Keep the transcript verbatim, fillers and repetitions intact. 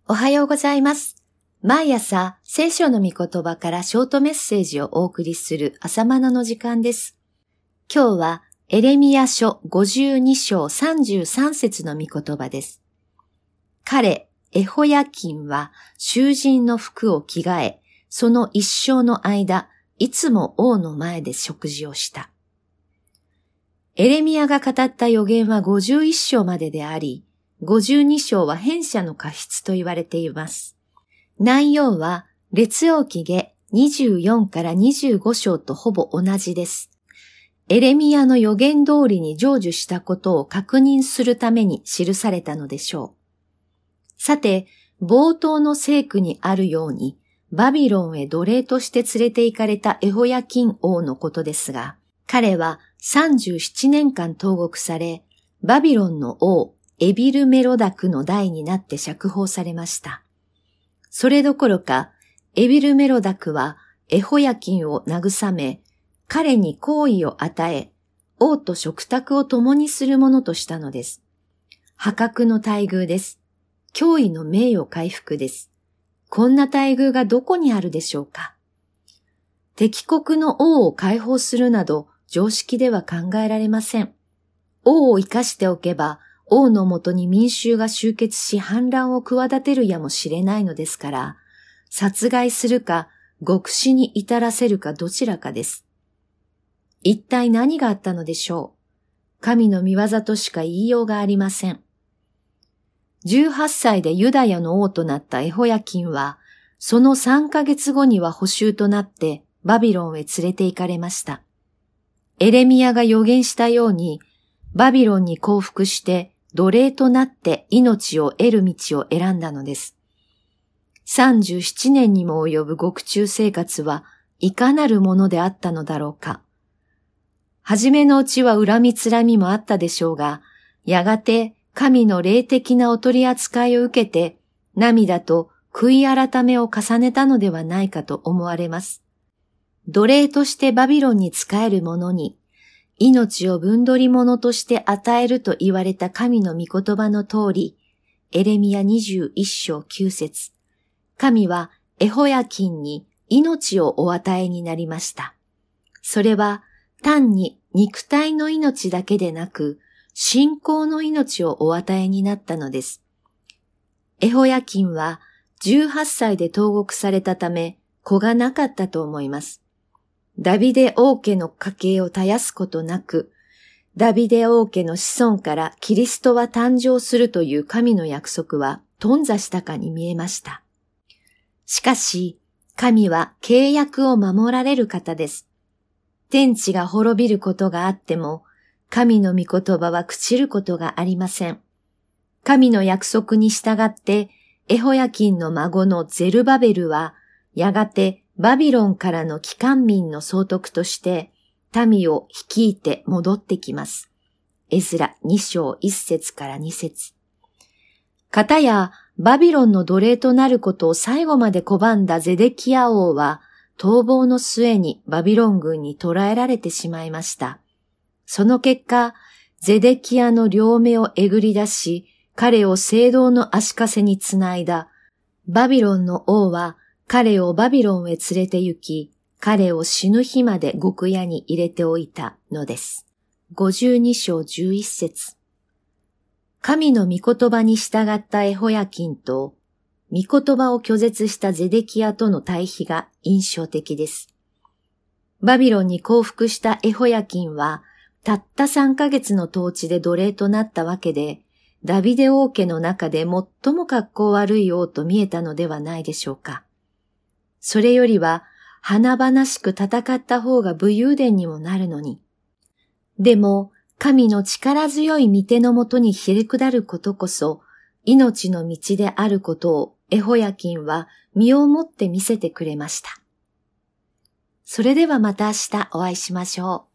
おはようございます。毎朝、聖書の御言葉からショートメッセージをお送りする朝マナの時間です。今日は、エレミヤ書ごじゅうに章さんじゅうさん節の御言葉です。彼、エホヤキンは囚人の服を着替え、その一生の間、いつも王の前で食事をした。エレミヤが語った預言はごじゅういち章までであり、ごじゅうに章は偏赦の過失と言われています。内容は列王記下にじゅうよんからにじゅうご章とほぼ同じです。エレミヤの預言通りに成就したことを確認するために記されたのでしょう。さて、冒頭の聖句にあるように、バビロンへ奴隷として連れて行かれたエホヤキン王のことですが、彼はさんじゅうななねんかん投獄され、バビロンの王、エビルメロダクの代になって釈放されました。それどころか、エビルメロダクはエホヤキンを慰め、彼に好意を与え、王と食卓を共にするものとしたのです。破格の待遇です。脅威の名誉回復です。こんな待遇がどこにあるでしょうか。敵国の王を解放するなど常識では考えられません。王を生かしておけば、王のもとに民衆が集結し反乱を企てるやもしれないのですから、殺害するか獄死に至らせるかどちらかです。一体何があったのでしょう。神の御業としか言いようがありません。じゅうはっさいでユダヤの王となったエホヤキンは、そのさんかげつごには捕囚となってバビロンへ連れて行かれました。エレミヤが預言したように、バビロンに降伏して奴隷となって命を得る道を選んだのです。さんじゅうななねんにも及ぶ獄中生活はいかなるものであったのだろうか。はじめのうちは恨みつらみもあったでしょうが、やがて神の霊的なお取り扱いを受けて涙と悔い改めを重ねたのではないかと思われます。奴隷としてバビロンに仕える者に、命を分取り物として与えると言われた神の御言葉の通り、エレミヤにじゅういち章きゅう節、神はエホヤキンに命をお与えになりました。それは単に肉体の命だけでなく、信仰の命をお与えになったのです。エホヤキンはじゅうはっさいで投獄されたため、子がなかったと思います。ダビデ王家の家系を絶やすことなく、ダビデ王家の子孫からキリストは誕生するという神の約束は頓挫したかに見えました。しかし、神は契約を守られる方です。天地が滅びることがあっても、神の御言葉は朽ちることがありません。神の約束に従って、エホヤキンの孫のゼルバベルは、やがてバビロンからの帰還民の総督として、民を率いて戻ってきます。エズラに章いち節からに節。かたや、バビロンの奴隷となることを最後まで拒んだゼデキヤ王は、逃亡の末にバビロン軍に捕らえられてしまいました。その結果、ゼデキヤの両目をえぐり出し、彼を聖堂の足かせにつないだ。バビロンの王は、彼をバビロンへ連れて行き、彼を死ぬ日まで獄屋に入れておいたのです。ごじゅうに章じゅういち節。神の御言葉に従ったエホヤキンと、御言葉を拒絶したゼデキヤとの対比が印象的です。バビロンに降伏したエホヤキンは、たったさんかげつの統治で奴隷となったわけで、ダビデ王家の中で最も格好悪い王と見えたのではないでしょうか。それよりは、華々しく戦った方が武勇伝にもなるのに。でも、神の力強い御手のもとにひれ下ることこそ、命の道であることをエホヤキンは身をもって見せてくれました。それではまた明日お会いしましょう。